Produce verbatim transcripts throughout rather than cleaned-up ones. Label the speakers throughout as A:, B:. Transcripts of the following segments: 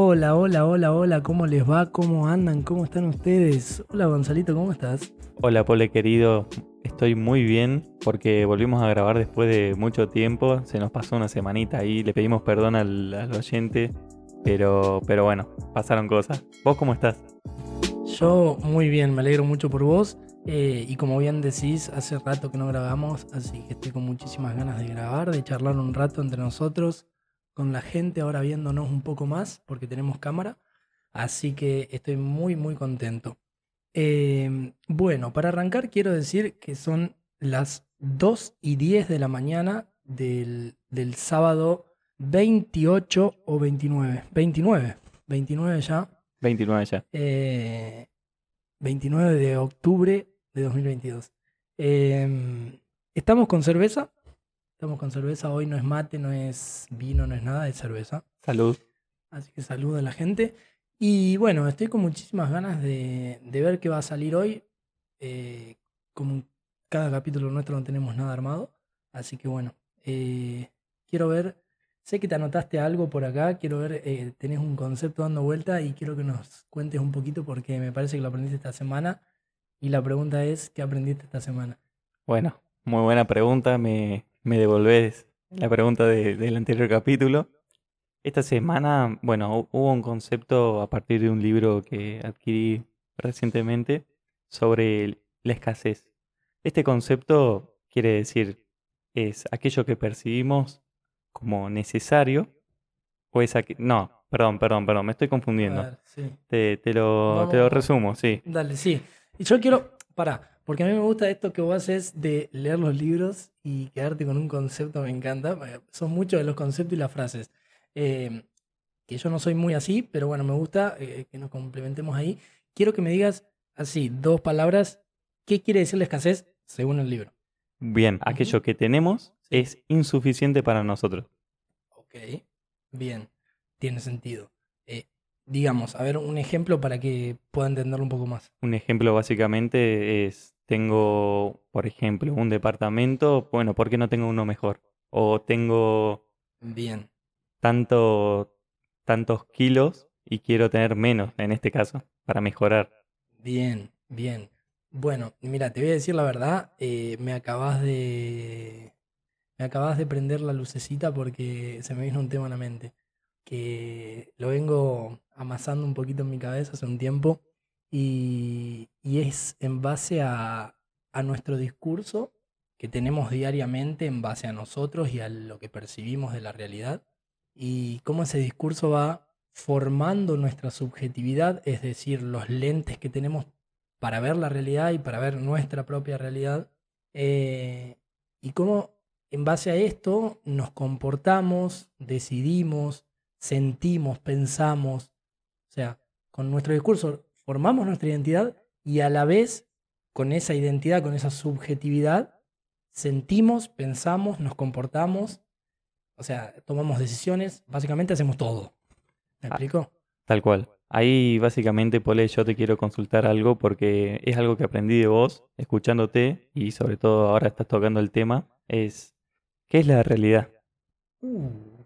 A: Hola, hola, hola, hola, ¿cómo les va? ¿Cómo andan? ¿Cómo están ustedes? Hola Gonzalito, ¿cómo estás?
B: Hola, Pole querido, estoy muy bien porque volvimos a grabar después de mucho tiempo, se nos pasó una semanita ahí, le pedimos perdón al, al oyente, pero, pero bueno, pasaron cosas. ¿Vos cómo estás?
A: Yo muy bien, me alegro mucho por vos. Eh, y como bien decís, hace rato que no grabamos, así que estoy con muchísimas ganas de grabar, de charlar un rato entre nosotros, con la gente ahora viéndonos un poco más, porque tenemos cámara. Así que estoy muy, muy contento. Eh, bueno, para arrancar quiero decir que son las dos y diez de la mañana del, del sábado veintiocho o veintinueve. veintinueve, veintinueve ya.
B: veintinueve ya.
A: eh, veintinueve de octubre de dos mil veintidós. Eh, estamos con cerveza. Estamos con cerveza. Hoy no es mate, no es vino, no es nada, es cerveza.
B: Salud.
A: Así que saludo a la gente. Y bueno, estoy con muchísimas ganas de, de ver qué va a salir hoy. Eh, como cada capítulo nuestro no tenemos nada armado. Así que bueno, eh, quiero ver. Sé que te anotaste algo por acá. Quiero ver, eh, tenés un concepto dando vuelta y quiero que nos cuentes un poquito porque me parece que lo aprendiste esta semana. Y la pregunta es, ¿qué aprendiste esta semana?
B: Bueno, muy buena pregunta, me, me devolvés la pregunta de- del anterior capítulo. Esta semana, bueno, hu- hubo un concepto a partir de un libro que adquirí recientemente sobre el- la escasez. Este concepto quiere decir, es aquello que percibimos como necesario o es aqu- No, perdón, perdón, perdón, me estoy
A: A
B: confundiendo.
A: ver, sí.
B: Te, te lo, te lo
A: Vamos,
B: resumo, sí.
A: dale, sí. Y yo quiero, pará, porque a mí me gusta esto que vos haces de leer los libros y quedarte con un concepto, me encanta. eh, Son muchos de los conceptos y las frases. Eh, que yo no soy muy así, pero bueno, me gusta eh, que nos complementemos ahí. Quiero que me digas así, dos palabras, ¿qué quiere decir la escasez según el libro?
B: Bien,
A: Ujú.
B: aquello que tenemos
A: Sí.
B: es insuficiente para nosotros.
A: Ok, bien, tiene sentido. Eh, digamos, a ver, un ejemplo para que pueda entenderlo un poco más.
B: Un ejemplo básicamente es, tengo, por ejemplo, un departamento, bueno, ¿por qué no tengo uno mejor? O tengo
A: Bien.
B: tanto, tantos kilos y quiero tener menos, en este caso, para mejorar.
A: Bien, bien. Bueno, mira, te voy a decir la verdad, eh, me acabas de, me acabas de prender la lucecita porque se me vino un tema a la mente, que lo vengo amasando un poquito en mi cabeza hace un tiempo y, y es en base a, a nuestro discurso que tenemos diariamente en base a nosotros y a lo que percibimos de la realidad y cómo ese discurso va formando nuestra subjetividad, es decir, los lentes que tenemos para ver la realidad y para ver nuestra propia realidad, eh, y cómo en base a esto nos comportamos, decidimos, sentimos, pensamos, o sea, con nuestro discurso formamos nuestra identidad y a la vez con esa identidad, con esa subjetividad, sentimos, pensamos, nos comportamos, o sea, tomamos decisiones, básicamente hacemos todo. ¿Me
B: Ah,
A: explico?
B: tal cual. Ahí básicamente, Pole, yo te quiero consultar algo porque es algo que aprendí de vos, escuchándote, y sobre todo ahora estás tocando el tema, es, ¿qué es la realidad?
A: Uh,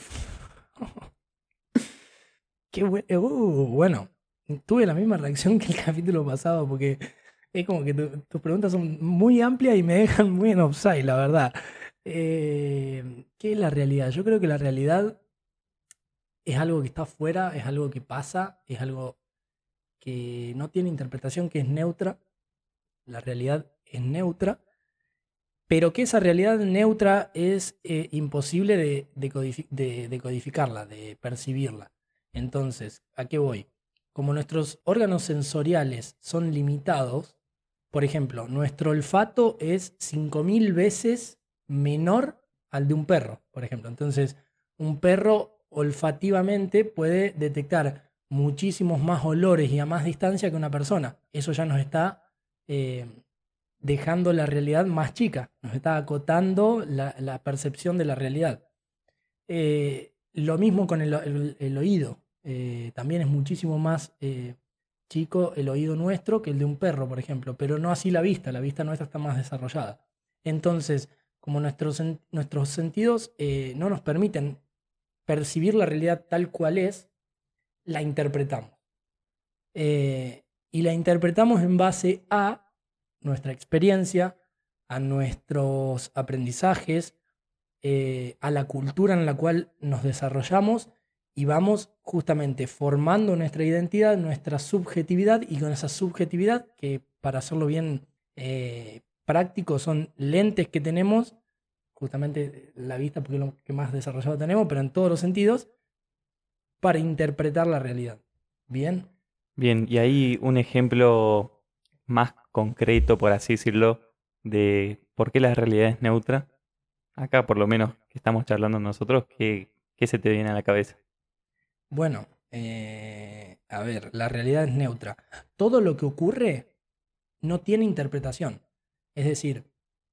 A: qué buen- eh, uh, bueno, tuve la misma reacción que el capítulo pasado porque es como que tu- tus preguntas son muy amplias y me dejan muy en offside, la verdad. Eh, ¿qué es la realidad? Yo creo que la realidad es algo que está afuera, es algo que pasa, es algo que no tiene interpretación, que es neutra. La realidad es neutra, pero que esa realidad neutra es eh, imposible de, de codifi- de- de codificarla, de percibirla. Entonces, ¿a qué voy? Como nuestros órganos sensoriales son limitados, por ejemplo, nuestro olfato es cinco mil veces menor al de un perro, por ejemplo. Entonces, un perro olfativamente puede detectar muchísimos más olores y a más distancia que una persona. Eso ya nos está eh, dejando la realidad más chica, nos está acotando la, la percepción de la realidad. Eh, lo mismo con el, el- el oído. Eh, también es muchísimo más eh, chico el oído nuestro que el de un perro, por ejemplo, pero no así la vista. La vista nuestra está más desarrollada. Entonces, como nuestros, sen- nuestros sentidos eh, no nos permiten percibir la realidad tal cual es, la interpretamos. Eh, y la interpretamos en base a nuestra experiencia, a nuestros aprendizajes, eh, a la cultura en la cual nos desarrollamos y vamos justamente formando nuestra identidad, nuestra subjetividad, y con esa subjetividad, que para hacerlo bien eh, práctico son lentes que tenemos, justamente la vista porque es lo que más desarrollado tenemos, pero en todos los sentidos, para interpretar la realidad. ¿Bien?
B: Bien, y hay un ejemplo más concreto, por así decirlo, de por qué la realidad es neutra. Acá, por lo menos, que estamos charlando nosotros, ¿qué, qué se te viene a la cabeza?
A: Bueno, eh, a ver, la realidad es neutra. Todo lo que ocurre no tiene interpretación. Es decir,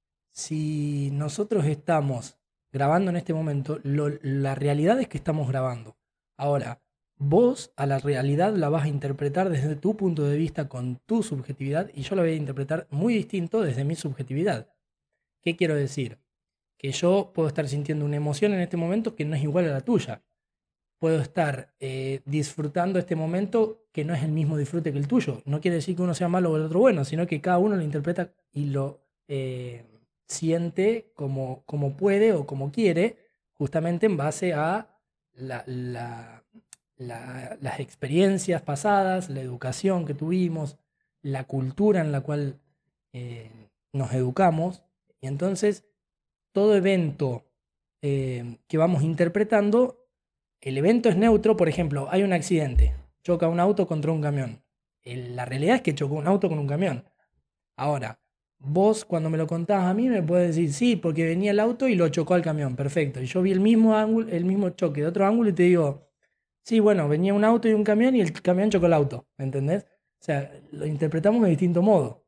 A: si nosotros estamos grabando en este momento, lo- la realidad es que estamos grabando. Ahora, vos a la realidad la vas a interpretar desde tu punto de vista con tu subjetividad, y yo la voy a interpretar muy distinto desde mi subjetividad. ¿Qué quiero decir? Que yo puedo estar sintiendo una emoción en este momento que no es igual a la tuya. Puedo estar eh, disfrutando este momento que no es el mismo disfrute que el tuyo. No quiere decir que uno sea malo o el otro bueno, sino que cada uno lo interpreta y lo eh, siente como, como puede o como quiere, justamente en base a la- la- la- las experiencias pasadas, la educación que tuvimos, la cultura en la cual eh, nos educamos. Y entonces todo evento eh, que vamos interpretando, el evento es neutro. Por ejemplo, hay un accidente, choca un auto contra un camión. El- la realidad es que chocó un auto con un camión. Ahora, vos cuando me lo contás a mí me puedes decir, sí, porque venía el auto y lo chocó al camión, perfecto. Y yo vi el mismo ángulo, el mismo choque de otro ángulo y te digo, sí, bueno, venía un auto y un camión y el camión chocó el auto, ¿me entendés? O sea, lo interpretamos de distinto modo,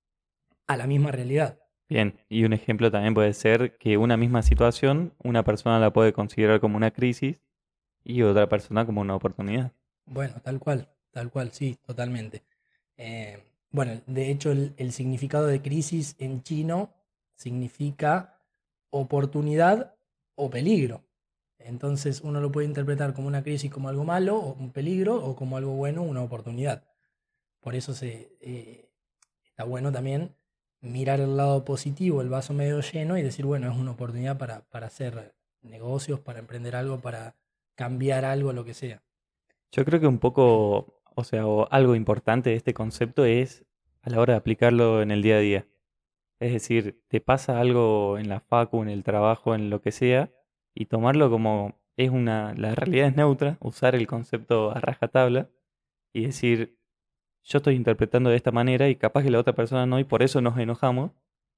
A: a la misma realidad.
B: Bien, y un ejemplo también puede ser que una misma situación, una persona la puede considerar como una crisis y otra persona como una oportunidad.
A: Bueno, tal cual, tal cual, sí, totalmente. Eh, bueno, de hecho el, el significado de crisis en chino significa oportunidad o peligro. Entonces uno lo puede interpretar como una crisis, como algo malo, o un peligro, o como algo bueno, una oportunidad. Por eso se, eh, está bueno también mirar el lado positivo, el vaso medio lleno, y decir, bueno, es una oportunidad para, para hacer negocios, para emprender algo, para cambiar algo, lo que sea.
B: Yo creo que un poco, o sea, o algo importante de este concepto es a la hora de aplicarlo en el día a día. Es decir, te pasa algo en la facu, en el trabajo, en lo que sea, y tomarlo como es una, la realidad es neutra, usar el concepto a rajatabla y decir, yo estoy interpretando de esta manera y capaz que la otra persona no, y por eso nos enojamos,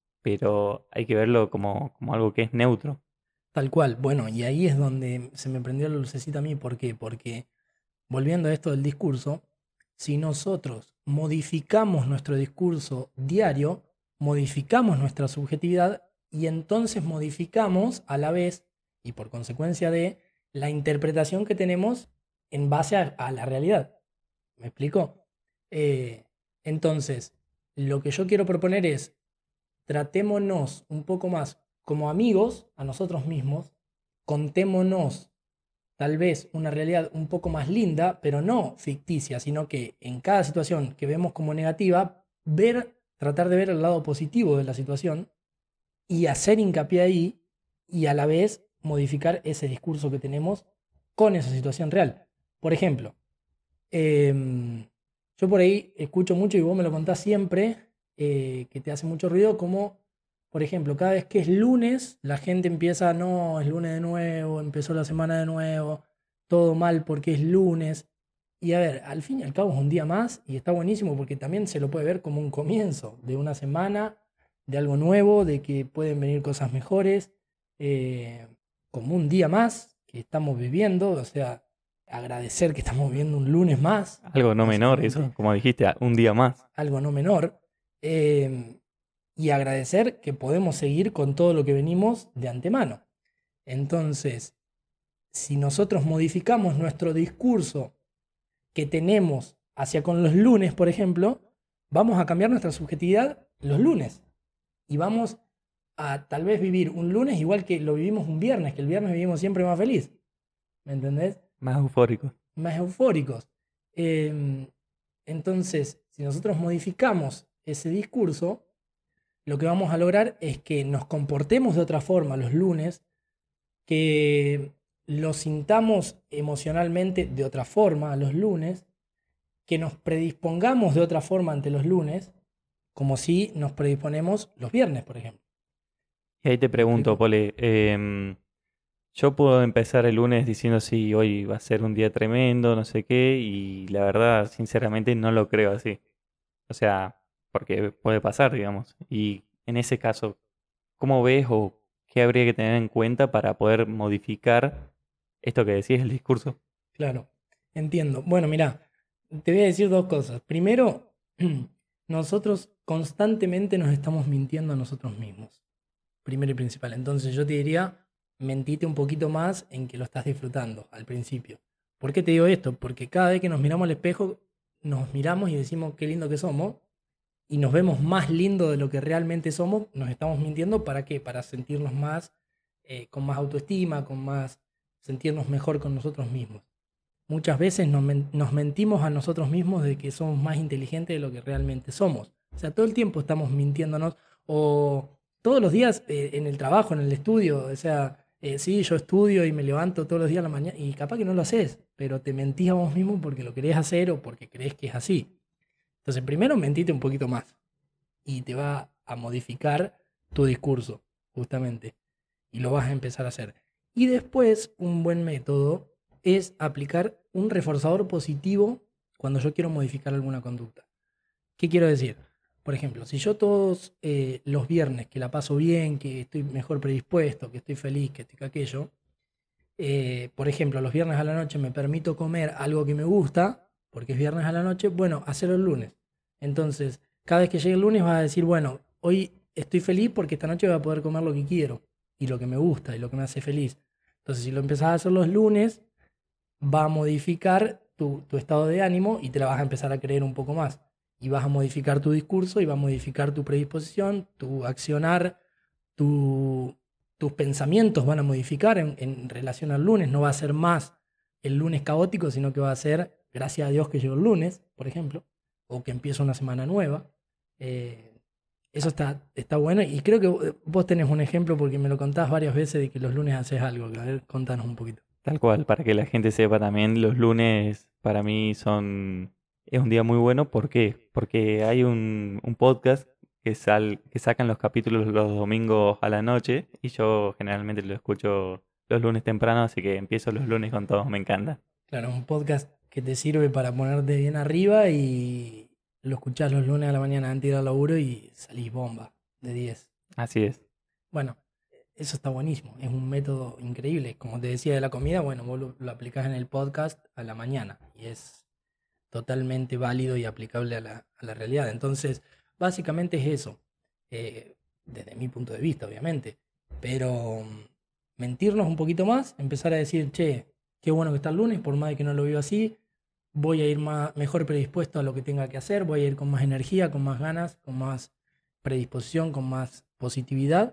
B: pero hay que verlo como, como algo que es neutro.
A: Tal cual. Bueno, y ahí es donde se me prendió la lucecita a mí. ¿Por qué? Porque, volviendo a esto del discurso, si nosotros modificamos nuestro discurso diario, modificamos nuestra subjetividad, y entonces modificamos a la vez, y por consecuencia de, la interpretación que tenemos en base a, a la realidad. ¿Me explico? Eh, entonces, lo que yo quiero proponer es, tratémonos un poco más como amigos a nosotros mismos, contémonos tal vez una realidad un poco más linda, pero no ficticia, sino que en cada situación que vemos como negativa, ver, tratar de ver el lado positivo de la situación y hacer hincapié ahí, y a la vez modificar ese discurso que tenemos con esa situación real. Por ejemplo, em, yo por ahí escucho mucho, y vos me lo contás siempre, eh, que te hace mucho ruido, como, por ejemplo, cada vez que es lunes, la gente empieza, no, es lunes de nuevo, empezó la semana de nuevo, todo mal porque es lunes. Y a ver, al fin y al cabo es un día más, y está buenísimo porque también se lo puede ver como un comienzo de una semana, de algo nuevo, de que pueden venir cosas mejores, eh, como un día más que estamos viviendo. O sea, agradecer que estamos viviendo un lunes más,
B: Algo no menor,
A: básicamente,
B: eso, como dijiste, a- un día más.
A: algo no menor. eh, y agradecer que podemos seguir con todo lo que venimos de antemano. Entonces, si nosotros modificamos nuestro discurso que tenemos hacia con los lunes, por ejemplo, vamos a cambiar nuestra subjetividad los lunes. Y vamos a tal vez vivir un lunes igual que lo vivimos un viernes, que el viernes vivimos siempre más feliz. ¿Me entendés?
B: Más eufórico.
A: más eufóricos. Eh, entonces, si nosotros modificamos ese discurso, lo que vamos a lograr es que nos comportemos de otra forma los lunes, que lo sintamos emocionalmente de otra forma los lunes, que nos predispongamos de otra forma ante los lunes, como si nos predisponemos los viernes, por ejemplo.
B: Y ahí te
A: ¿Me
B: pregunto,
A: explico?
B: Pole, em, yo puedo empezar el lunes diciendo sí, hoy va a ser un día tremendo, no sé qué, y la verdad, sinceramente, no lo creo así. O sea, porque puede pasar, digamos. Y en ese caso, ¿cómo ves o qué habría que tener en cuenta para poder modificar esto que decís, el discurso?
A: Claro, entiendo. Bueno, mira, te voy a decir dos cosas. Primero, nosotros constantemente nos estamos mintiendo a nosotros mismos. Primero y principal. Entonces yo te diría, mentite un poquito más en que lo estás disfrutando al principio. ¿Por qué te digo esto? Porque cada vez que nos miramos al espejo, nos miramos y decimos qué lindo que somos, y nos vemos más lindo de lo que realmente somos, nos estamos mintiendo. ¿Para qué? Para sentirnos más, eh, con más autoestima, con más, sentirnos mejor con nosotros mismos. Muchas veces nos, men- nos mentimos a nosotros mismos de que somos más inteligentes de lo que realmente somos. O sea, todo el tiempo estamos mintiéndonos, o todos los días, eh, en el trabajo, en el estudio. O sea, eh, sí, yo estudio y me levanto todos los días a la mañana y capaz que no lo haces, pero te mentís a vos mismo porque lo querés hacer o porque crees que es así. Entonces, primero mentite un poquito más y te va a modificar tu discurso, justamente, y lo vas a empezar a hacer. Y después, un buen método es aplicar un reforzador positivo cuando yo quiero modificar alguna conducta. ¿Qué quiero decir? Por ejemplo, si yo todos, eh, los viernes que la paso bien, que estoy mejor predispuesto, que estoy feliz, que estoy que aquello, eh, por ejemplo, los viernes a la noche me permito comer algo que me gusta, porque es viernes a la noche, bueno, hacerlo el lunes. Entonces, cada vez que llegue el lunes vas a decir, bueno, hoy estoy feliz porque esta noche voy a poder comer lo que quiero y lo que me gusta y lo que me hace feliz. Entonces, si lo empezás a hacer los lunes, va a modificar tu, tu estado de ánimo y te la vas a empezar a creer un poco más. Y vas a modificar tu discurso y va a modificar tu predisposición, tu accionar, tu, tus pensamientos van a modificar en, en relación al lunes. No va a ser más el lunes caótico, sino que va a ser, gracias a Dios que llegó el lunes, por ejemplo, o que empieza una semana nueva. Eh, Eso está, está bueno, y creo que vos tenés un ejemplo porque me lo contás varias veces de que los lunes haces algo. A ver, contanos un poquito.
B: Tal cual, para que la gente sepa también, los lunes para mí son, es un día muy bueno. ¿Por qué? Porque hay un, un podcast que, sal, que sacan los capítulos los domingos a la noche y yo generalmente lo escucho los lunes temprano, así que empiezo los lunes con todo, me encanta.
A: Claro, un podcast que te sirve para ponerte bien arriba y lo escuchás los lunes a la mañana antes de ir al laburo y salís bomba de diez.
B: Así es.
A: Bueno, eso está buenísimo, es un método increíble. Como te decía de la comida, bueno, vos lo, lo aplicás en el podcast a la mañana y es totalmente válido y aplicable a la, a la realidad. Entonces, básicamente es eso, eh, desde mi punto de vista, obviamente. Pero mm, mentirnos un poquito más, empezar a decir, che, qué bueno que está el lunes, por más de que no lo vivo así, voy a ir más, mejor predispuesto a lo que tenga que hacer, voy a ir con más energía, con más ganas, con más predisposición, con más positividad,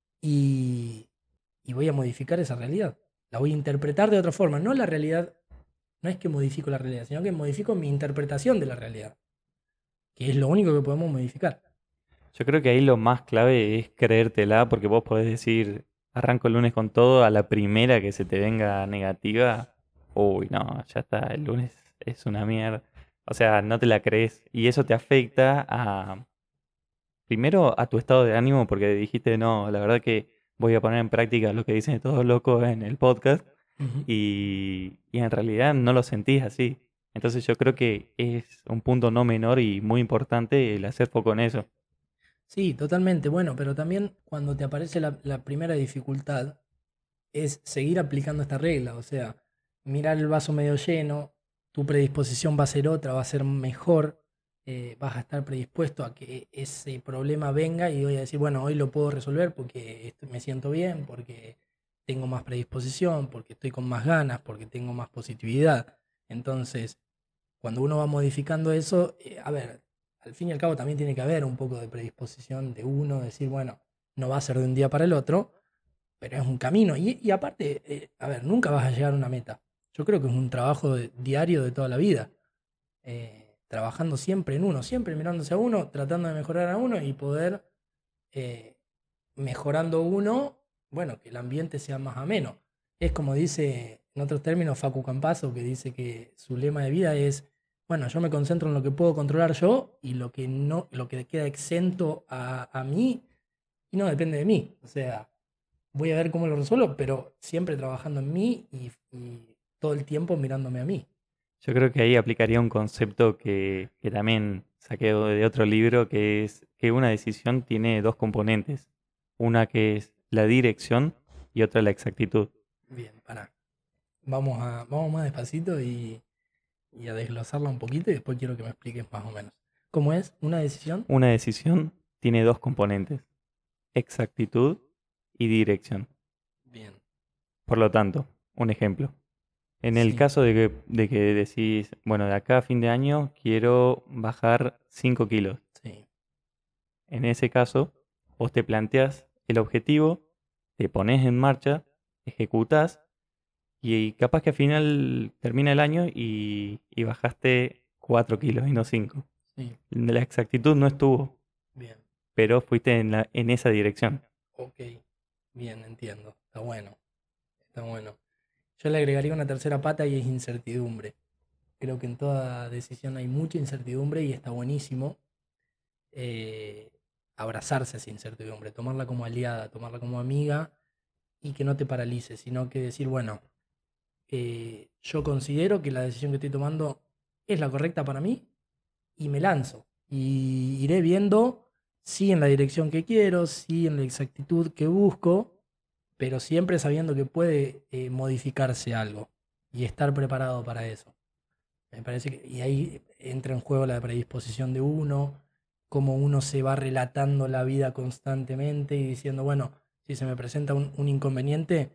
A: y, y voy a modificar esa realidad. La voy a interpretar de otra forma, no la realidad. No es que modifico la realidad, sino que modifico mi interpretación de la realidad, que es lo único que podemos modificar.
B: Yo creo que ahí lo más clave es creértela, porque vos podés decir, arranco el lunes con todo, a la primera que se te venga negativa, uy, no, ya está, el lunes es una mierda. O sea, no te la crees y eso te afecta a, primero a tu estado de ánimo, porque dijiste, no, la verdad que voy a poner en práctica lo que dicen todos locos en el podcast
A: Ujú.
B: y, y en realidad no lo sentís así. Entonces yo creo que es un punto no menor y muy importante el hacer foco en eso.
A: Sí, totalmente. Bueno, pero también cuando te aparece la, la primera dificultad, es seguir aplicando esta regla. O sea, mirar el vaso medio lleno, tu predisposición va a ser otra, va a ser mejor, eh, vas a estar predispuesto a que ese problema venga y voy a decir, bueno, hoy lo puedo resolver porque esto- me siento bien, porque tengo más predisposición, porque estoy con más ganas, porque tengo más positividad. Entonces, cuando uno va modificando eso, eh, a ver, al fin y al cabo también tiene que haber un poco de predisposición de uno, decir, bueno, no va a ser de un día para el otro, pero es un camino. Y, y aparte, eh, a ver, nunca vas a llegar a una meta. yo creo que es un trabajo de- diario de toda la vida. Eh, trabajando siempre en uno, siempre mirándose a uno, tratando de mejorar a uno y poder, eh, mejorando uno, bueno, que el ambiente sea más ameno. Es como dice, en otros términos, Facu Campazo, que dice que su lema de vida es, bueno, yo me concentro en lo que puedo controlar yo y lo que no, lo que queda exento a, a mí, y no depende de mí. O sea, voy a ver cómo lo resuelvo, pero siempre trabajando en mí y, y todo el tiempo mirándome a mí.
B: Yo creo que ahí aplicaría un concepto que, que también saqué de otro libro, que es que una decisión tiene dos componentes. Una que es la dirección y otra la exactitud.
A: Bien, pará. Vamos a, vamos más despacito y, y a desglosarla un poquito y después quiero que me expliques más o menos. ¿Cómo es una decisión?
B: Una decisión tiene dos componentes, exactitud y dirección.
A: Bien,
B: Por lo tanto, un ejemplo. En el
A: sí,
B: caso de que, de que decís, bueno, de acá a fin de año quiero bajar cinco kilos.
A: sí,
B: En ese caso, vos te planteas el objetivo, te pones en marcha, ejecutas y capaz que al final termina el año y, y bajaste cuatro kilos y no cinco.
A: sí,
B: La exactitud no estuvo,
A: bien,
B: pero fuiste en, la, en esa dirección.
A: ok, bien, entiendo. Está bueno, está bueno. Yo le agregaría una tercera pata y es incertidumbre. Creo que en toda decisión hay mucha incertidumbre y está buenísimo, eh, abrazarse a esa incertidumbre, tomarla como aliada, tomarla como amiga y que no te paralice, sino que decir, bueno, eh, yo considero que la decisión que estoy tomando es la correcta para mí y me lanzo. Y iré viendo si en la dirección que quiero, si en la exactitud que busco, pero siempre sabiendo que puede, eh, modificarse algo y estar preparado para eso. Me parece que, y ahí entra en juego la predisposición de uno, cómo uno se va relatando la vida constantemente y diciendo, bueno, si se me presenta un, un inconveniente,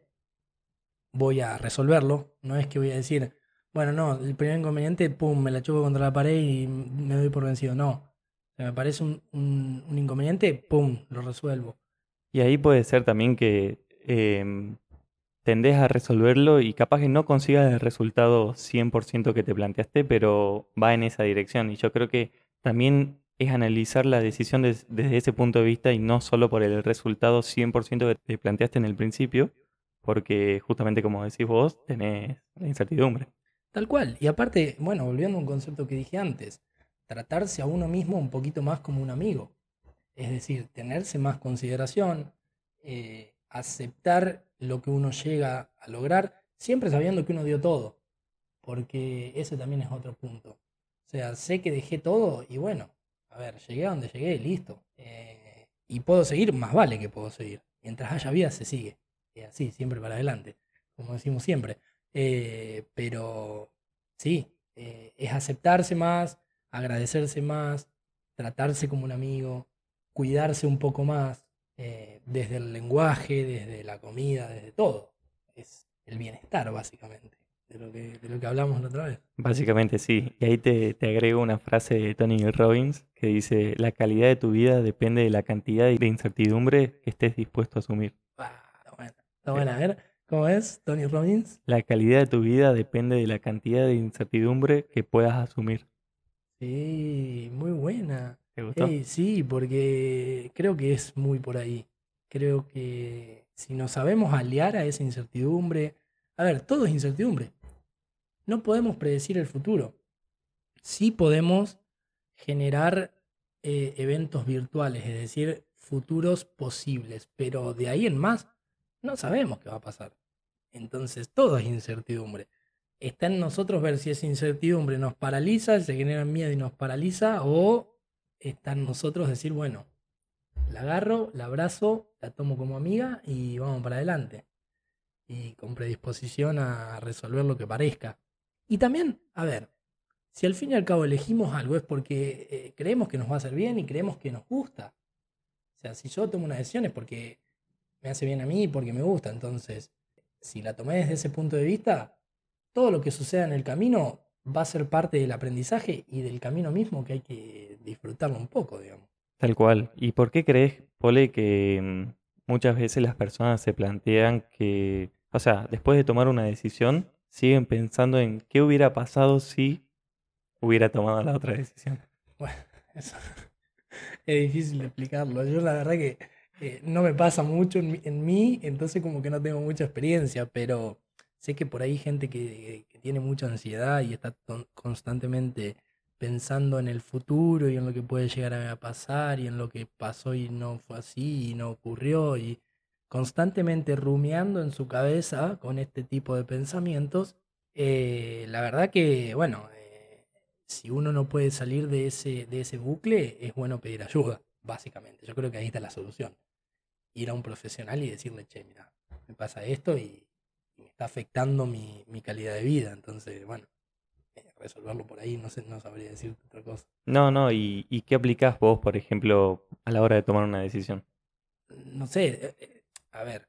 A: voy a resolverlo. No es que voy a decir, bueno, no, el primer inconveniente, pum, me la choco contra la pared y me doy por vencido. No. Se me parece un, un- un inconveniente, pum, lo resuelvo.
B: Y ahí puede ser también que em, tendés a resolverlo y capaz que no consigas el resultado cien por ciento que te planteaste, pero va en esa dirección. Y yo creo que también es analizar la decisión des- desde ese punto de vista y no solo por el resultado cien por ciento que te planteaste en el principio, porque justamente como decís vos, tenés la incertidumbre.
A: Tal cual. Y aparte, bueno, volviendo a un concepto que dije antes, tratarse a uno mismo un poquito más como un amigo. Es decir, tenerse más consideración, eh, aceptar lo que uno llega a lograr, siempre sabiendo que uno dio todo, porque ese también es otro punto. O sea, sé que dejé todo y bueno, a ver, llegué a donde llegué, listo. Eh, y puedo seguir, más vale que puedo seguir. Mientras haya vida, se sigue. Y así, siempre para adelante, como decimos siempre. Eh, pero sí, eh, es aceptarse más, agradecerse más, tratarse como un amigo, cuidarse un poco más, eh, desde el lenguaje, desde la comida, desde todo. Es el bienestar, básicamente, de lo que, de lo que hablamos la otra vez.
B: Básicamente sí. Y ahí te, te agrego una frase de Tony Robbins que dice, la calidad de tu vida depende de la cantidad de incertidumbre que estés dispuesto a asumir.
A: Ah, está buena. Está buena. A ver, ¿cómo es? Tony Robbins.
B: La calidad de tu vida depende de la cantidad de incertidumbre que puedas asumir.
A: Sí, muy buena.
B: ¿Te gustó?
A: Ey, sí, porque creo que es muy por ahí. Creo que si nos sabemos aliar a esa incertidumbre, a ver, todo es incertidumbre. No podemos predecir el futuro. Sí podemos generar, eh, eventos virtuales, es decir, futuros posibles, pero de ahí en más no sabemos qué va a pasar. Entonces todo es incertidumbre. Está en nosotros ver si esa incertidumbre nos paraliza, se genera miedo y nos paraliza, o está en nosotros decir, bueno, la agarro, la abrazo, la tomo como amiga y vamos para adelante. Y con predisposición a resolver lo que parezca. Y también, a ver, si al fin y al cabo elegimos algo es porque, eh, creemos que nos va a hacer bien y creemos que nos gusta. O sea, si yo tomo una decisión es porque me hace bien a mí y porque me gusta. Entonces, si la tomé desde ese punto de vista, todo lo que suceda en el camino va a ser parte del aprendizaje y del camino mismo que hay que disfrutarlo un poco, digamos.
B: Tal cual. ¿Y por qué crees, Pole, que mm, muchas veces las personas se plantean que, o sea, después de tomar una decisión, siguen pensando en qué hubiera pasado si hubiera tomado la otra decisión.
A: Bueno, eso es difícil de explicarlo. Yo la verdad que eh, no me pasa mucho en, mí, en mí, entonces como que no tengo mucha experiencia, pero sé que por ahí hay gente que, que tiene mucha ansiedad y está ton- constantemente pensando en el futuro y en lo que puede llegar a pasar y en lo que pasó y no fue así y no ocurrió y constantemente rumiando en su cabeza con este tipo de pensamientos. Eh, la verdad que, bueno, eh, si uno no puede salir de ese, de ese bucle, es bueno pedir ayuda, básicamente. Yo creo que ahí está la solución. Ir a un profesional y decirle, che, mira, me pasa esto y, y me está afectando mi, mi calidad de vida. Entonces, bueno, eh, resolverlo por ahí, no sé, no sabría decirte otra cosa.
B: No, no, ¿y, y qué aplicás vos, por ejemplo, a la hora de tomar una decisión?
A: No sé, eh, eh, a ver,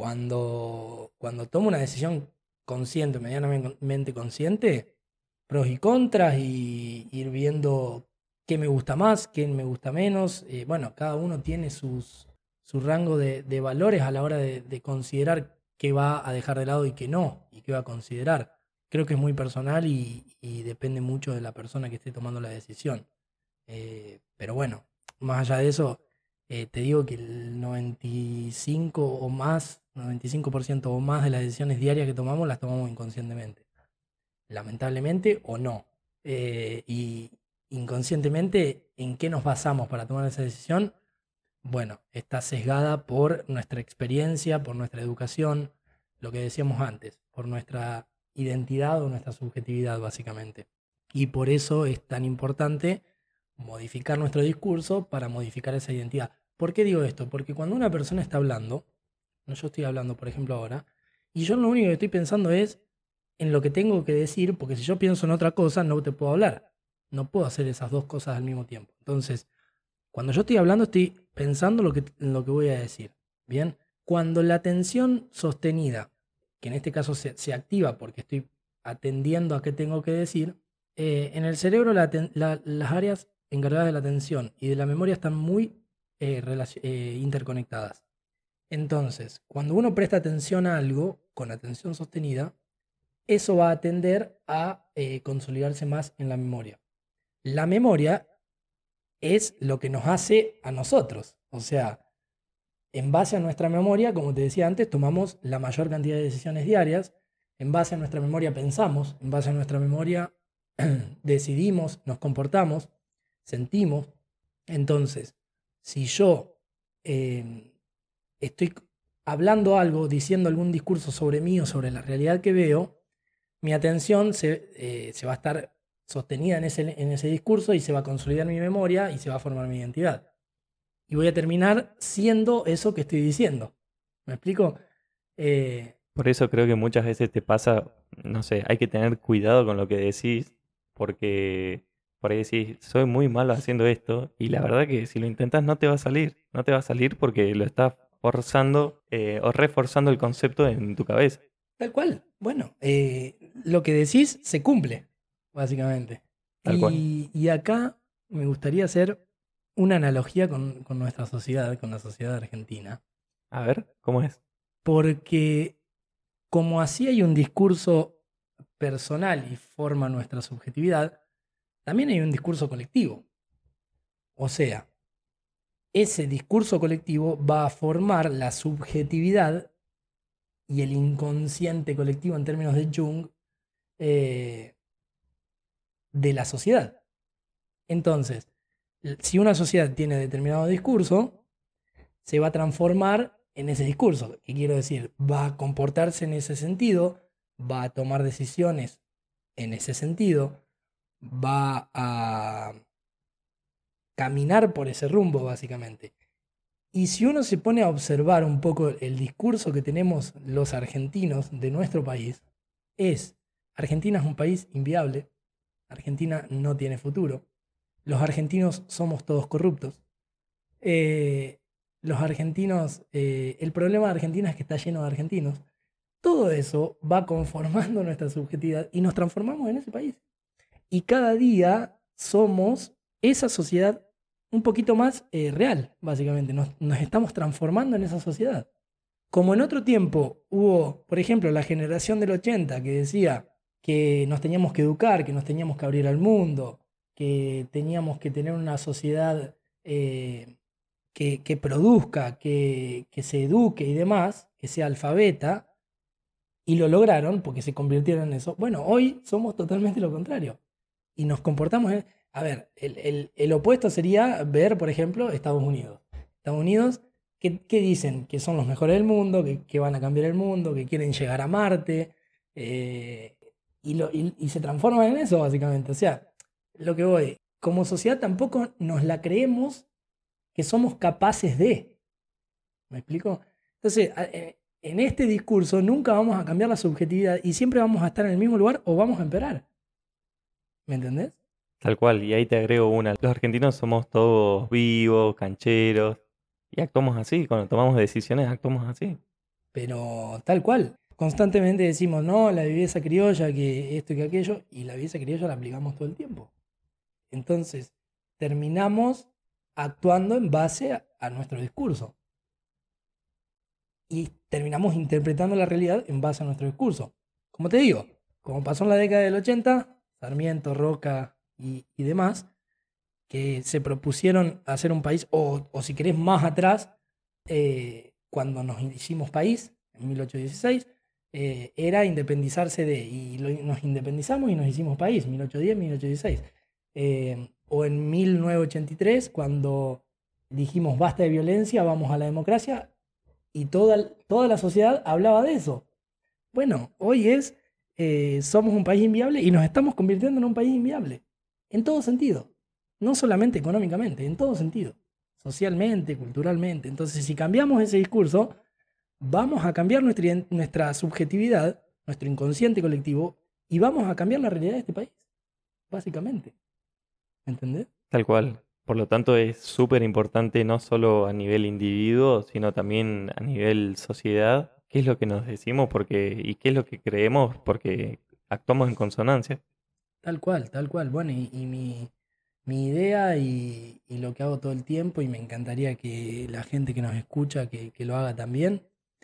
A: cuando, cuando tomo una decisión consciente, medianamente consciente, pros y contras y ir viendo qué me gusta más, qué me gusta menos. Eh, bueno, cada uno tiene sus, su rango de, de valores a la hora de, de considerar qué va a dejar de lado y qué no, y qué va a considerar. Creo que es muy personal y, y depende mucho de la persona que esté tomando la decisión. Eh, pero bueno, más allá de eso, eh, te digo que el noventa y cinco o más, noventa y cinco por ciento o más de las decisiones diarias que tomamos las tomamos inconscientemente. Lamentablemente o no. Eh, y inconscientemente, ¿en qué nos basamos para tomar esa decisión? Bueno, está sesgada por nuestra experiencia, por nuestra educación, lo que decíamos antes, por nuestra identidad o nuestra subjetividad, básicamente. Y por eso es tan importante modificar nuestro discurso para modificar esa identidad. ¿Por qué digo esto? Porque cuando una persona está hablando, no, yo estoy hablando, por ejemplo, ahora, y yo lo único que estoy pensando es en lo que tengo que decir, porque si yo pienso en otra cosa, no te puedo hablar. No puedo hacer esas dos cosas al mismo tiempo. Entonces, cuando yo estoy hablando, estoy pensando lo que, en lo que voy a decir. Bien, cuando la atención sostenida, que en este caso se, se activa porque estoy atendiendo a qué tengo que decir, eh, en el cerebro la la, las áreas encargadas de la atención y de la memoria están muy eh, eh, interconectadas. Entonces, cuando uno presta atención a algo con atención sostenida, eso va a tender a eh, consolidarse más en la memoria. La memoria es lo que nos hace a nosotros. O sea, en base a nuestra memoria, como te decía antes, tomamos la mayor cantidad de decisiones diarias. En base a nuestra memoria pensamos, en base a nuestra memoria decidimos, nos comportamos, sentimos. Entonces, si yo eh, estoy hablando algo, diciendo algún discurso sobre mí o sobre la realidad que veo, mi atención se, eh, se va a estar sostenida en ese, en ese discurso y se va a consolidar mi memoria y se va a formar mi identidad. Y voy a terminar siendo eso que estoy diciendo. ¿Me explico? Eh,
B: Por eso creo que muchas veces te pasa, no sé, hay que tener cuidado con lo que decís, porque por ahí decís, soy muy malo haciendo esto, y la verdad que si lo intentas no te va a salir, no te va a salir porque lo estás forzando eh, o reforzando el concepto en tu cabeza.
A: Tal cual. Bueno, eh, lo que decís se cumple, básicamente.
B: Tal cual.
A: Y, y acá me gustaría hacer una analogía con, con nuestra sociedad, con la sociedad argentina.
B: A ver, ¿cómo es?
A: Porque como así hay un discurso personal y forma nuestra subjetividad, también hay un discurso colectivo. O sea, ese discurso colectivo va a formar la subjetividad y el inconsciente colectivo en términos de Jung eh, de la sociedad. Entonces, si una sociedad tiene determinado discurso, se va a transformar en ese discurso. ¿Qué quiero decir? Va a comportarse en ese sentido, va a tomar decisiones en ese sentido, va a caminar por ese rumbo, básicamente. Y si uno se pone a observar un poco el discurso que tenemos los argentinos de nuestro país, es, Argentina es un país inviable, Argentina no tiene futuro, los argentinos somos todos corruptos, eh, los argentinos, eh, el problema de Argentina es que está lleno de argentinos, todo eso va conformando nuestra subjetividad y nos transformamos en ese país. Y cada día somos esa sociedad un poquito más eh, real, básicamente. Nos, nos estamos transformando en esa sociedad. Como en otro tiempo hubo, por ejemplo, la generación del ochenta que decía que nos teníamos que educar, que nos teníamos que abrir al mundo, que teníamos que tener una sociedad eh, que, que produzca, que, que se eduque y demás, que sea alfabeta, y lo lograron porque se convirtieron en eso. Bueno, hoy somos totalmente lo contrario y nos comportamos en... A ver, el, el- el opuesto sería ver, por ejemplo, Estados Unidos. Estados Unidos, ¿qué, qué dicen? Que son los mejores del mundo, que, que van a cambiar el mundo, que quieren llegar a Marte, eh, y, lo- y- y se transforman en eso, básicamente. O sea, lo que voy, como sociedad tampoco nos la creemos que somos capaces de. ¿Me explico? Entonces, a- eh, en este discurso nunca vamos a cambiar la subjetividad y siempre vamos a estar en el mismo lugar o vamos a empeorar. ¿Me entendés?
B: Tal cual, y ahí te agrego una. Los argentinos somos todos vivos, cancheros, y actuamos así, cuando tomamos decisiones actuamos así.
A: Pero tal cual. Constantemente decimos, no, la viveza criolla, que esto y que aquello, y la viveza criolla la aplicamos todo el tiempo. Entonces, terminamos actuando en base a, a nuestro discurso y terminamos interpretando la realidad en base a nuestro discurso. Como te digo, como pasó en la década del ochenta, Sarmiento, Roca y, y demás, que se propusieron hacer un país, o, o si querés más atrás, eh, cuando nos hicimos país, en mil ochocientos dieciséis, eh, era independizarse de, y lo- nos independizamos y nos hicimos país, mil ochocientos diez, mil ochocientos dieciséis. Eh, o en mil novecientos ochenta y tres, cuando dijimos basta de violencia, vamos a la democracia, y toda, toda la sociedad hablaba de eso. Bueno, hoy es, eh, somos un país inviable y nos estamos convirtiendo en un país inviable. En todo sentido. No solamente económicamente, en todo sentido. Socialmente, culturalmente. Entonces, si cambiamos ese discurso, vamos a cambiar nuestra, ident- nuestra subjetividad, nuestro inconsciente colectivo, y vamos a cambiar la realidad de este país. Básicamente. ¿Entendés?
B: Tal cual. Por lo tanto, es súper importante no solo a nivel individuo, sino también a nivel sociedad, qué es lo que nos decimos porque, y qué es lo que creemos porque actuamos en consonancia.
A: Tal cual, tal cual. Bueno, y, y mi, mi idea y, y lo que hago todo el tiempo, y me encantaría que la gente que nos escucha que, que lo haga también,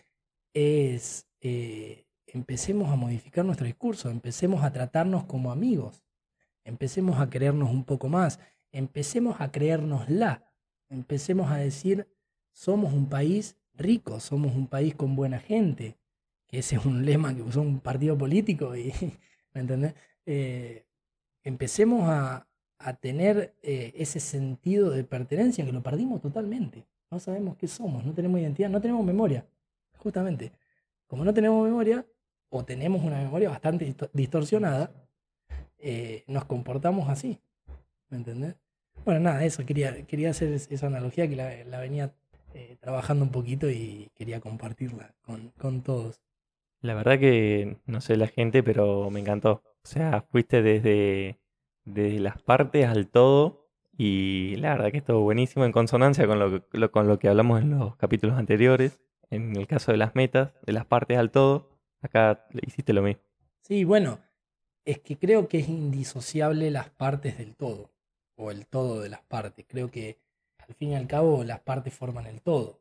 A: es eh, empecemos a modificar nuestro discurso, empecemos a tratarnos como amigos, empecemos a creernos un poco más, empecemos a creérnosla, empecemos a decir, somos un país rico, somos un país con buena gente, que ese es un lema que usó un partido político, y, ¿me entendés? Eh, empecemos a, a tener eh, ese sentido de pertenencia que lo perdimos totalmente. No sabemos qué somos, no tenemos identidad, no tenemos memoria. Justamente, como no tenemos memoria, o tenemos una memoria bastante disto- distorsionada, eh, nos comportamos así. ¿Me entendés? Bueno, nada, eso, quería, quería hacer es- esa analogía que la, la venía eh, trabajando un poquito y quería compartirla con, con todos.
B: La verdad que no sé la gente, pero me encantó. O sea, fuiste desde, desde las partes al todo y la verdad que estuvo buenísimo en consonancia con lo, que- lo- con lo que hablamos en los capítulos anteriores. En el caso de las metas, de las partes al todo, acá le hiciste lo mismo.
A: Sí, bueno, es que creo que es indisociable las partes del todo, o el todo de las partes. Creo que al fin y al cabo las partes forman el todo.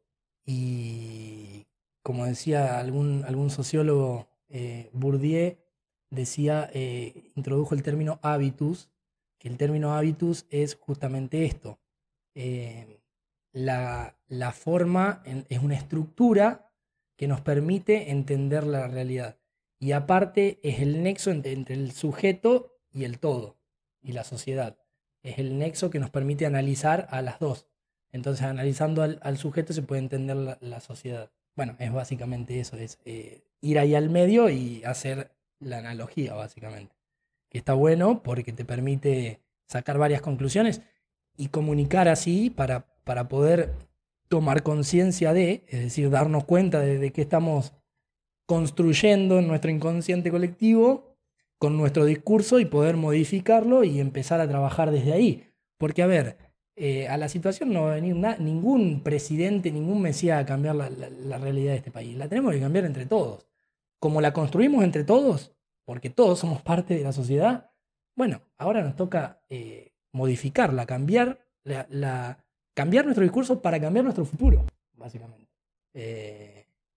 A: Y como decía algún, algún sociólogo, eh, Bourdieu decía, eh, introdujo el término habitus, que el término habitus es justamente esto. Eh, la, la forma en- es una estructura que nos permite entender la realidad. Y aparte es el nexo entre, entre el sujeto y el todo, y la sociedad. Es el nexo que nos permite analizar a las dos. Entonces, analizando al, al sujeto se puede entender la, la sociedad. Bueno, es básicamente eso, es eh, ir ahí al medio y hacer la analogía, básicamente. Que está bueno porque te permite sacar varias conclusiones y comunicar así para, para poder tomar conciencia de, es decir, darnos cuenta de, de qué estamos construyendo en nuestro inconsciente colectivo con nuestro discurso y poder modificarlo y empezar a trabajar desde ahí. Porque, a ver, eh, a la situación no va a venir na- ningún presidente, ningún mesías a cambiar la, la- la realidad de este país. La tenemos que cambiar entre todos. Como la construimos entre todos, porque todos somos parte de la sociedad, bueno, ahora nos toca eh, modificarla, cambiar, la, la- cambiar nuestro discurso para cambiar nuestro futuro, básicamente. Eh,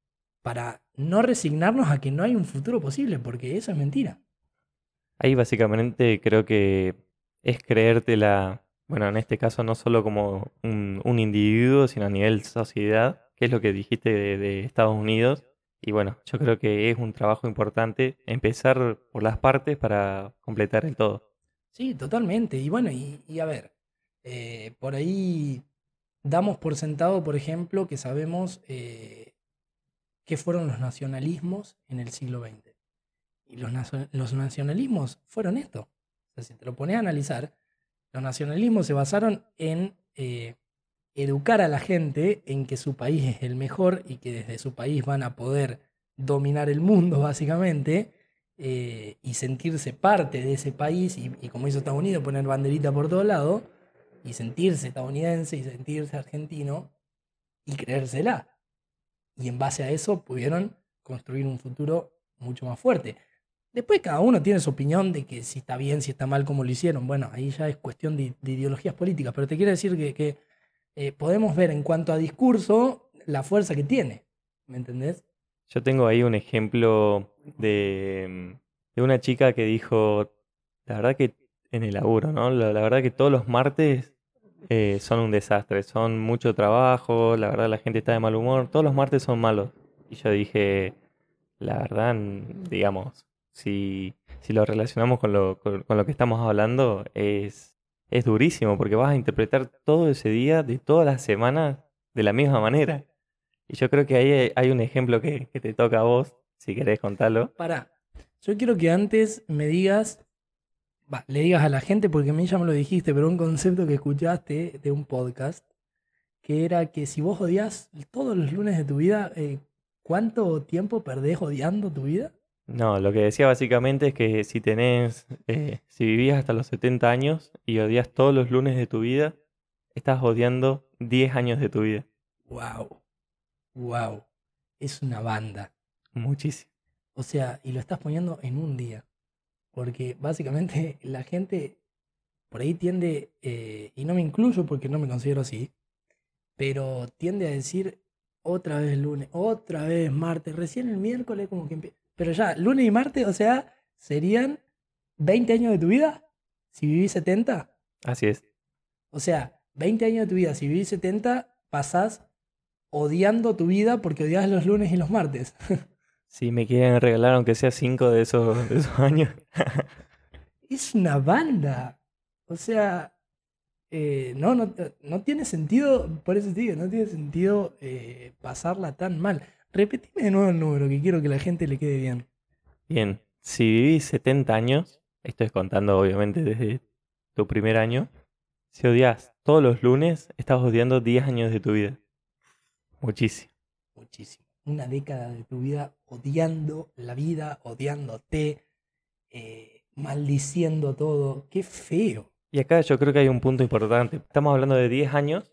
A: para no resignarnos a que no hay un futuro posible, porque eso es mentira.
B: Ahí básicamente creo que es creértela, bueno, en este caso no solo como un, un individuo, sino a nivel sociedad, que es lo que dijiste de, de Estados Unidos. Y bueno, yo creo que es un trabajo importante empezar por las partes para completar el todo.
A: Sí, totalmente. Y bueno, y, y a ver, eh, por ahí damos por sentado, por ejemplo, que sabemos eh, qué fueron los nacionalismos en el siglo veinte. Y los, nacio- los nacionalismos fueron esto. O sea, si te lo pones a analizar, los nacionalismos se basaron en eh, educar a la gente en que su país es el mejor y que desde su país van a poder dominar el mundo, básicamente, eh, y sentirse parte de ese país, y, y como hizo Estados Unidos, poner banderita por todos lados, y sentirse estadounidense y sentirse argentino, y creérsela. Y en base a eso pudieron construir un futuro mucho más fuerte. Después cada uno tiene su opinión de que si está bien, si está mal, como lo hicieron. Bueno, ahí ya es cuestión de, de ideologías políticas, pero te quiero decir que, que, eh, podemos ver en cuanto a discurso la fuerza que tiene. ¿Me entendés?
B: Yo tengo ahí un ejemplo de, de una chica que dijo, la verdad que en el laburo, ¿no? La, la verdad que todos los martes eh, son un desastre, son mucho trabajo, la verdad la gente está de mal humor, todos los martes son malos. Y yo dije, la verdad, n- digamos, si, si lo relacionamos con lo, con, con lo que estamos hablando, es, es durísimo, porque vas a interpretar todo ese día de todas las semanas de la misma manera. Y yo creo que ahí hay hay un ejemplo que, que te toca a vos, si querés contarlo.
A: Pará, yo quiero que antes me digas, va, le digas a la gente, porque a mí ya me lo dijiste, pero un concepto que escuchaste de un podcast, que era que si vos odias todos los lunes de tu vida, eh, ¿cuánto tiempo perdés odiando tu vida?
B: No, lo que decía básicamente es que si tenés, eh, si vivías hasta los setenta años y odias todos los lunes de tu vida, estás odiando diez años de tu vida.
A: Wow, wow, es una banda.
B: Muchísimo.
A: O sea, y lo estás poniendo en un día. Porque básicamente la gente por ahí tiende, eh, y no me incluyo porque no me considero así, pero tiende a decir otra vez lunes, otra vez martes, recién el miércoles como que empieza. Pero ya, lunes y martes, o sea, serían veinte años de tu vida si vivís setenta.
B: Así es.
A: O sea, veinte años de tu vida si vivís setenta, pasás odiando tu vida porque odias los lunes y los martes.
B: Si me quieren regalar aunque sea cinco de esos, de esos años.
A: Es una banda. O sea, eh, no, no, no tiene sentido, por eso te digo, no tiene sentido eh, pasarla tan mal. Repetime de nuevo el número, que quiero que la gente le quede bien.
B: Bien, si vivís setenta años, estoy contando obviamente desde tu primer año, si odias todos los lunes, estás odiando diez años de tu vida. Muchísimo.
A: Muchísimo. Una década de tu vida odiando la vida, odiándote, eh, maldiciendo todo. Qué feo.
B: Y acá yo creo que hay un punto importante. Estamos hablando de diez años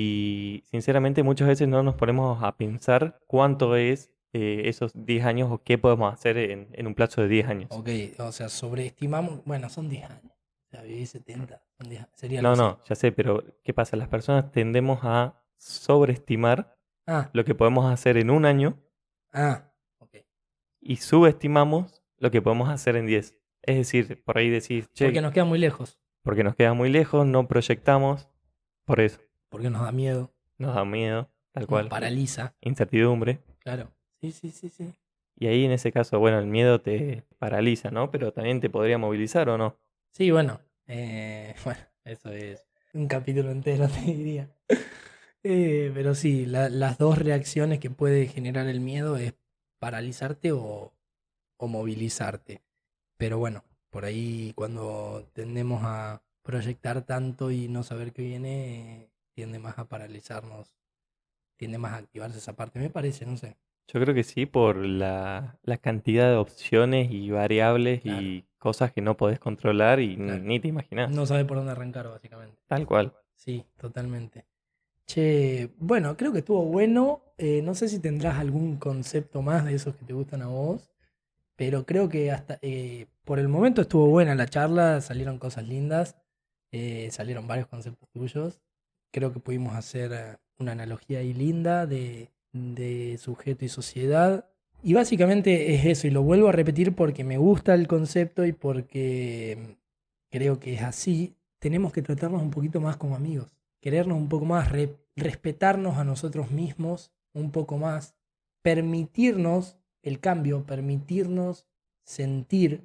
B: y sinceramente muchas veces no nos ponemos a pensar cuánto es eh, esos diez años o qué podemos hacer en, en un plazo de diez años.
A: Ok, o sea, sobreestimamos. Bueno, son diez años. O sea, viví setenta. Son diez años. Sería algo
B: No,
A: así.
B: no, ya sé, pero ¿qué pasa? Las personas tendemos a sobreestimar
A: Ah,
B: lo que podemos hacer en un año
A: ah, ok.
B: y subestimamos lo que podemos hacer en diez. Es decir, por ahí decís,
A: Porque
B: che,
A: nos queda muy lejos.
B: porque nos queda muy lejos, no proyectamos, por eso
A: Porque nos da miedo.
B: nos da miedo, tal
A: Nos
B: cual,
A: paraliza.
B: incertidumbre.
A: Claro. Sí, sí, sí, sí.
B: Y ahí en ese caso, bueno, el miedo te paraliza, ¿no? Pero también te podría movilizar o no.
A: Sí, bueno. eh, bueno, eso es un capítulo entero, te diría. Eh, pero sí, la- las dos reacciones que puede generar el miedo es paralizarte o, o movilizarte. Pero bueno, por ahí cuando tendemos a proyectar tanto y no saber qué viene, eh, tiende más a paralizarnos, tiende más a activarse esa parte, me parece, no sé.
B: Yo creo que sí, por la, la cantidad de opciones y variables
A: Claro,
B: y cosas que no podés controlar y n-
A: claro.
B: ni te imaginás.
A: No sabe por dónde arrancar, básicamente.
B: Tal cual.
A: Sí, totalmente. Che, bueno, creo que estuvo bueno. Eh, no sé si tendrás algún concepto más de esos que te gustan a vos, pero creo que hasta eh, por el momento estuvo buena la charla, salieron cosas lindas, eh, salieron varios conceptos tuyos. Creo que pudimos hacer eh, una analogía ahí linda de, de sujeto y sociedad. Y básicamente es eso, y lo vuelvo a repetir porque me gusta el concepto y porque creo que es así. Tenemos que tratarnos un poquito más como amigos, querernos un poco más, re- respetarnos a nosotros mismos un poco más, permitirnos el cambio, permitirnos sentir,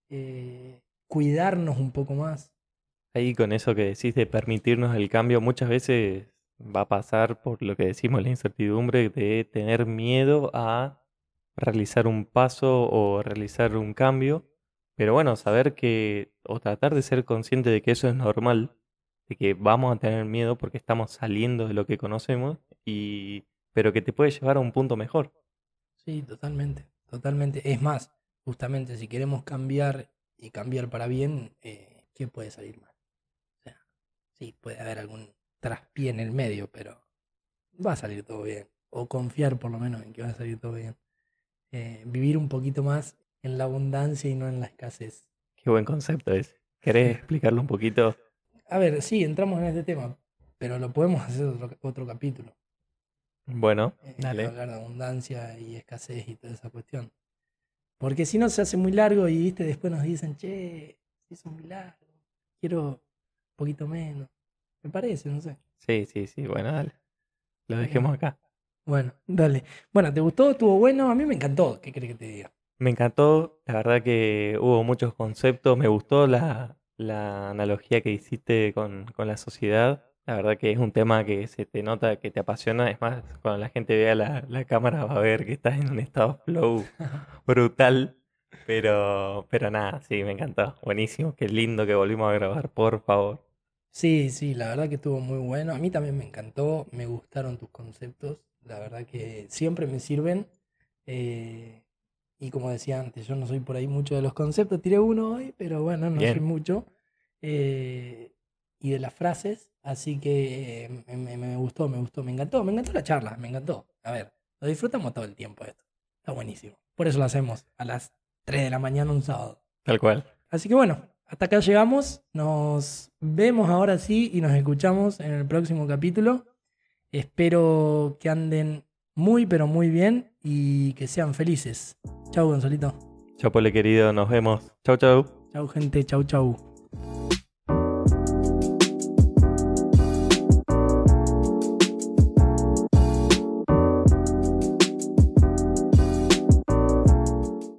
A: eh, cuidarnos un poco más.
B: Ahí con eso que decís de permitirnos el cambio, muchas veces va a pasar por lo que decimos, la incertidumbre de tener miedo a realizar un paso o realizar un cambio. Pero bueno, saber que, o tratar de ser consciente de que eso es normal, de que vamos a tener miedo porque estamos saliendo de lo que conocemos, y, pero que te puede llevar a un punto mejor.
A: Sí, totalmente, totalmente. Es más, justamente si queremos cambiar y cambiar para bien, eh, ¿qué puede salir mal? O sea, sí, puede haber algún traspié en el medio, pero va a salir todo bien. O confiar por lo menos en que va a salir todo bien. Eh, vivir un poquito más en la abundancia y no en la escasez.
B: Qué buen concepto ese. ¿Querés explicarlo un poquito?
A: A ver, sí, entramos en este tema, pero lo podemos hacer otro, otro capítulo.
B: Bueno,
A: Eh,
B: dale.
A: hablar de abundancia y escasez y toda esa cuestión. Porque si no se hace muy largo y viste, después nos dicen, che, se hizo muy largo, quiero un poquito menos. Me parece, no sé.
B: Sí, sí, sí, bueno, dale. Lo
A: Pero
B: dejemos acá.
A: bueno, dale. Bueno, ¿te gustó? ¿Estuvo bueno? A mí me encantó. ¿Qué crees que te diga?
B: Me encantó, la verdad que hubo muchos conceptos, me gustó la, la analogía que hiciste con, con la sociedad, la verdad que es un tema que se te nota que te apasiona, es más, cuando la gente vea la, la cámara va a ver que estás en un estado flow brutal, pero, pero nada, sí, me encantó, buenísimo, qué lindo que volvimos a grabar, por favor.
A: Sí, sí, la verdad que estuvo muy bueno. A mí también me encantó, me gustaron tus conceptos. La verdad que siempre me sirven. Eh, y como decía antes, yo no soy por ahí mucho de los conceptos. Tiré uno hoy, pero bueno, no soy
B: Bien,
A: mucho. Eh, y de las frases. Así que eh, me, me- me gustó, me gustó, me encantó, me encantó la charla, me encantó. A ver, lo disfrutamos todo el tiempo esto. Está buenísimo. Por eso lo hacemos a las tres de la mañana un sábado.
B: tal cual.
A: Así que bueno, hasta acá llegamos. Nos vemos ahora sí y nos escuchamos en el próximo capítulo. Espero que anden muy, pero muy bien y que sean felices. Chau, Gonzalito.
B: Chapole querido, nos vemos. Chau, chau.
A: Chau, gente. Chau, chau.